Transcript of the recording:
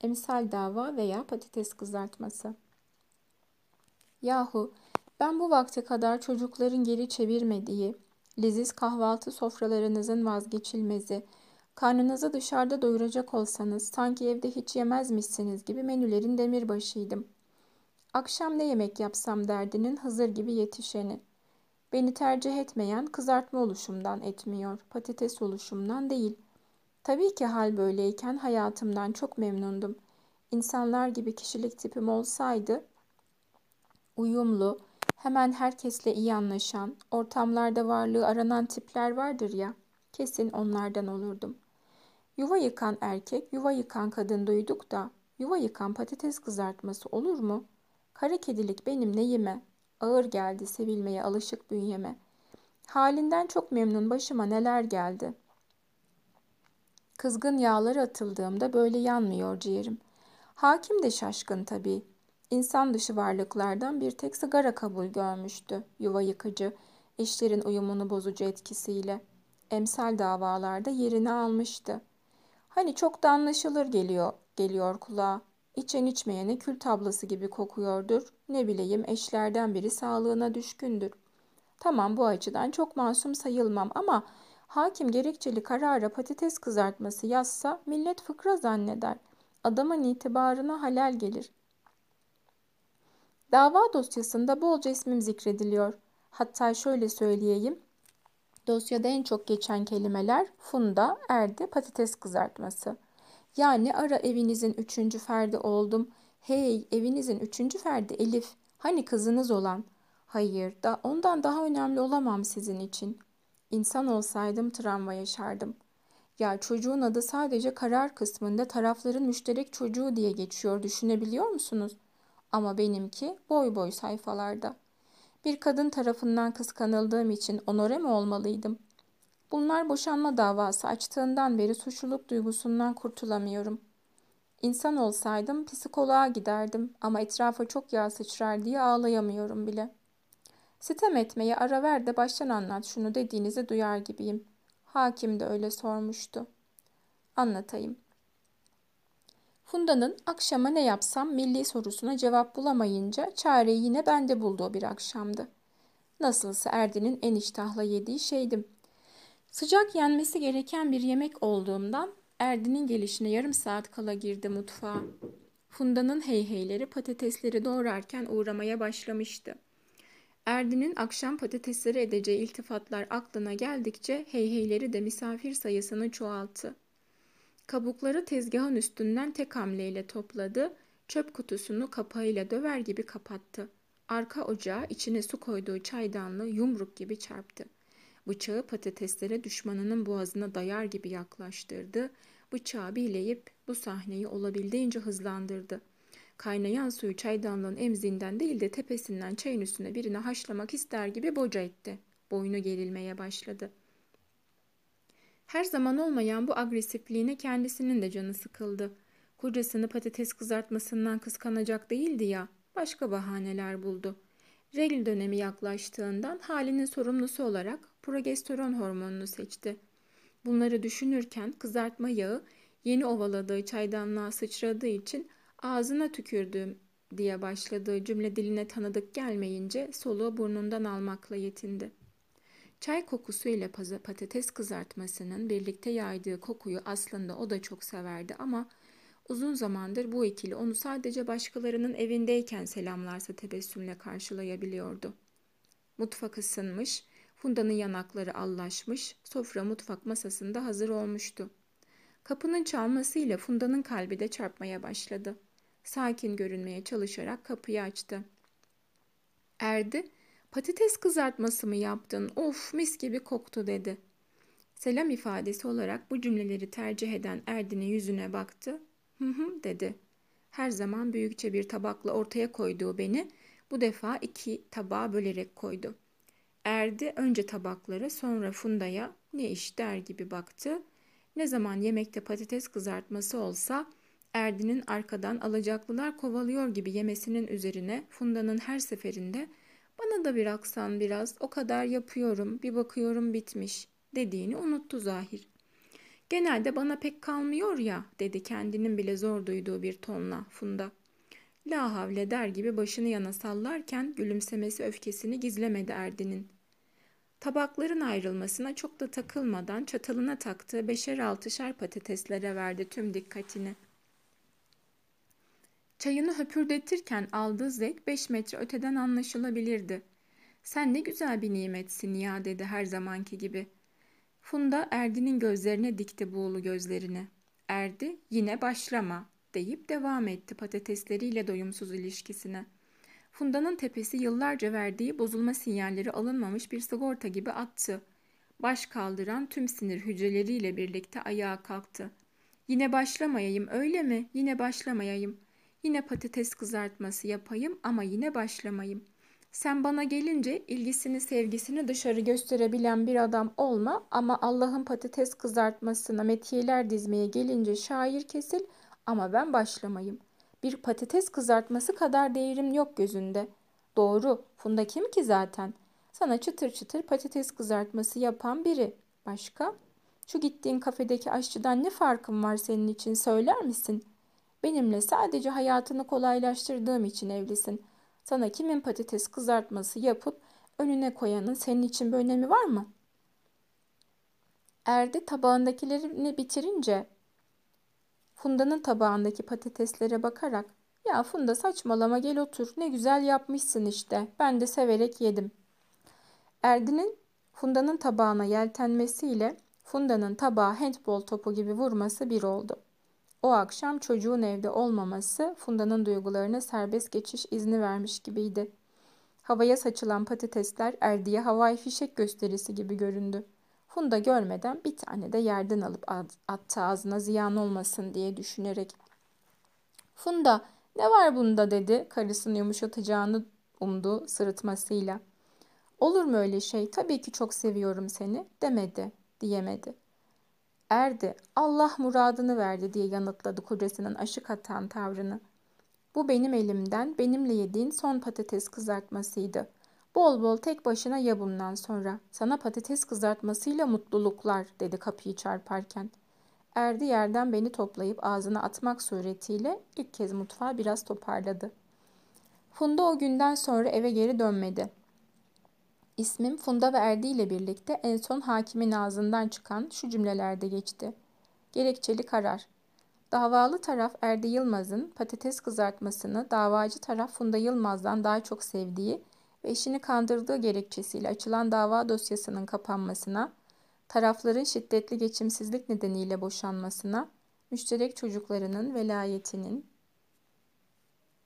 Emsal dava veya patates kızartması. Yahu ben bu vakte kadar çocukların geri çevirmediği, leziz kahvaltı sofralarınızın vazgeçilmezi, karnınızı dışarıda doyuracak olsanız sanki evde hiç yemezmişsiniz gibi menülerin demirbaşıydım. Akşam ne yemek yapsam derdinin Hızır gibi yetişeni. Beni tercih etmeyen kızartma oluşumdan etmiyor, patates oluşumdan değil. Tabii ki hal böyleyken hayatımdan çok memnundum. İnsanlar gibi kişilik tipim olsaydı, uyumlu, hemen herkesle iyi anlaşan, ortamlarda varlığı aranan tipler vardır ya, kesin onlardan olurdum. Yuva yıkan erkek, yuva yıkan kadın duyduk da, yuva yıkan patates kızartması olur mu? Kara kedilik benim neyime? Ağır geldi sevilmeye alışık bünyeme. Halinden çok memnun başıma neler geldi. Kızgın yağlara atıldığımda böyle yanmıyor ciğerim. Hakim de şaşkın tabii. İnsan dışı varlıklardan bir tek sigara kabul görmüştü. Yuva yıkıcı, eşlerin uyumunu bozucu etkisiyle. Emsal davalarda yerini almıştı. Hani çok da anlaşılır geliyor kulağa. İçen içmeyene kül tablası gibi kokuyordur. Ne bileyim eşlerden biri sağlığına düşkündür. Tamam bu açıdan çok masum sayılmam ama hakim gerekçeli karara patates kızartması yazsa millet fıkra zanneder. Adamın itibarına halel gelir. Dava dosyasında bolca ismim zikrediliyor. Hatta şöyle söyleyeyim. Dosyada en çok geçen kelimeler Funda, Erdi, patates kızartması. Yani ara evinizin üçüncü ferdi oldum. Hey evinizin üçüncü ferdi Elif. Hani kızınız olan. Hayır da ondan daha önemli olamam sizin için. İnsan olsaydım travma yaşardım. Ya çocuğun adı sadece karar kısmında tarafların müşterek çocuğu diye geçiyor düşünebiliyor musunuz? Ama benimki boy boy sayfalarda. Bir kadın tarafından kıskanıldığım için onore mi olmalıydım? Bunlar boşanma davası açtığından beri suçluluk duygusundan kurtulamıyorum. İnsan olsaydım psikoloğa giderdim ama etrafa çok yağ sıçrar diye ağlayamıyorum bile. Sitem etmeye ara ver de baştan anlat şunu dediğinizi duyar gibiyim. Hakim de öyle sormuştu. Anlatayım. Funda'nın akşama ne yapsam milli sorusuna cevap bulamayınca çareyi yine bende bulduğu bir akşamdı. Nasılsa Erdin'in en iştahla yediği şeydim. Sıcak yenmesi gereken bir yemek olduğundan Erdin'in gelişine yarım saat kala girdi mutfağa. Funda'nın heyheyleri patatesleri doğrarken uğramaya başlamıştı. Erdin'in akşam patatesleri edeceği iltifatlar aklına geldikçe heyheyleri de misafir sayısını çoğalttı. Kabukları tezgahın üstünden tek hamleyle topladı, çöp kutusunu kapağıyla döver gibi kapattı. Arka ocağa içine su koyduğu çaydanlığı yumruk gibi çarptı. Bıçağı patateslere düşmanının boğazına dayar gibi yaklaştırdı. Bıçağı bileyip bu sahneyi olabildiğince hızlandırdı. Kaynayan suyu çaydanlığın emziğinden değil de tepesinden çayın üstüne birini haşlamak ister gibi boca etti. Boynu gerilmeye başladı. Her zaman olmayan bu agresifliğine kendisinin de canı sıkıldı. Kocasını patates kızartmasından kıskanacak değildi ya, başka bahaneler buldu. Regl dönemi yaklaştığından halinin sorumlusu olarak progesteron hormonunu seçti. Bunları düşünürken kızartma yağı yeni ovaladığı çaydanlığa sıçradığı için ağzına tükürdüm diye başladığı cümle diline tanıdık gelmeyince soluğu burnundan almakla yetindi. Çay kokusuyla patates kızartmasının birlikte yaydığı kokuyu aslında o da çok severdi ama uzun zamandır bu ikili onu sadece başkalarının evindeyken selamlarsa tebessümle karşılayabiliyordu. Mutfak ısınmış, Funda'nın yanakları allaşmış, sofra mutfak masasında hazır olmuştu. Kapının çalmasıyla Funda'nın kalbi de çarpmaya başladı. Sakin görünmeye çalışarak kapıyı açtı. Erdi, patates kızartması mı yaptın? Of mis gibi koktu dedi. Selam ifadesi olarak bu cümleleri tercih eden Erdin'in yüzüne baktı. Hı hı dedi. Her zaman büyükçe bir tabakla ortaya koyduğu beni bu defa iki tabağa bölerek koydu. Erdi önce tabaklara sonra Funda'ya ne iş der gibi baktı. Ne zaman yemekte patates kızartması olsa Erdi'nin arkadan alacaklılar kovalıyor gibi yemesinin üzerine Funda'nın her seferinde bana da bir aksan biraz o kadar yapıyorum bir bakıyorum bitmiş dediğini unuttu Zahir. Genelde bana pek kalmıyor ya, dedi kendinin bile zor duyduğu bir tonla Funda. La havle der gibi başını yana sallarken gülümsemesi öfkesini gizlemedi Erdi'nin. Tabakların ayrılmasına çok da takılmadan çatalına taktığı beşer altışar patateslere verdi tüm dikkatini. Çayını höpürdetirken aldığı zevk 5 metre öteden anlaşılabilirdi. Sen ne güzel bir nimetsin ya, dedi her zamanki gibi. Funda Erdi'nin gözlerine dikti buğulu gözlerini. Erdi, yine başlama deyip devam etti patatesleriyle doyumsuz ilişkisine. Funda'nın tepesi yıllarca verdiği bozulma sinyalleri alınmamış bir sigorta gibi attı. Baş kaldıran tüm sinir hücreleriyle birlikte ayağa kalktı. Yine başlamayayım, öyle mi? Yine başlamayayım. Yine patates kızartması yapayım ama yine başlamayayım. Sen bana gelince ilgisini, sevgisini dışarı gösterebilen bir adam olma ama Allah'ın patates kızartmasına metiyeler dizmeye gelince şair kesil ama ben başlamayayım. Bir patates kızartması kadar değerim yok gözünde. Doğru, Funda kim ki zaten? Sana çıtır çıtır patates kızartması yapan biri. Başka? Şu gittiğin kafedeki aşçıdan ne farkın var senin için, söyler misin? Benimle sadece hayatını kolaylaştırdığım için evlisin. Sana kimin patates kızartması yapıp önüne koyanın senin için bir önemi var mı? Erdi tabağındakilerini bitirince Funda'nın tabağındaki patateslere bakarak "Ya Funda, saçmalama, gel otur. Ne güzel yapmışsın işte. Ben de severek yedim." Erdi'nin Funda'nın tabağına yeltenmesiyle Funda'nın tabağı handbol topu gibi vurması bir oldu. O akşam çocuğun evde olmaması Funda'nın duygularına serbest geçiş izni vermiş gibiydi. Havaya saçılan patatesler Erdi'ye havai fişek gösterisi gibi göründü. Funda görmeden bir tane de yerden alıp attı ağzına, ziyan olmasın diye düşünerek. "Funda, ne var bunda?" dedi karısını yumuşatacağını umduğu sırıtmasıyla. "Olur mu öyle şey? Tabii ki çok seviyorum seni." demedi, diyemedi. Erdi, "Allah muradını verdi," diye yanıtladı kocasının aşık atan tavrını. "Bu benim elimden, benimle yediğin son patates kızartmasıydı. Bol bol tek başına ya bundan sonra. Sana patates kızartmasıyla mutluluklar," dedi kapıyı çarparken. Erdi yerden beni toplayıp ağzına atmak suretiyle ilk kez mutfağı biraz toparladı. Funda o günden sonra eve geri dönmedi. İsmim Funda ve Erdi ile birlikte en son hakimin ağzından çıkan şu cümlelerde geçti. Gerekçeli karar. Davalı taraf Erdi Yılmaz'ın patates kızartmasını davacı taraf Funda Yılmaz'dan daha çok sevdiği ve eşini kandırdığı gerekçesiyle açılan dava dosyasının kapanmasına, tarafların şiddetli geçimsizlik nedeniyle boşanmasına, müşterek çocuklarının velayetinin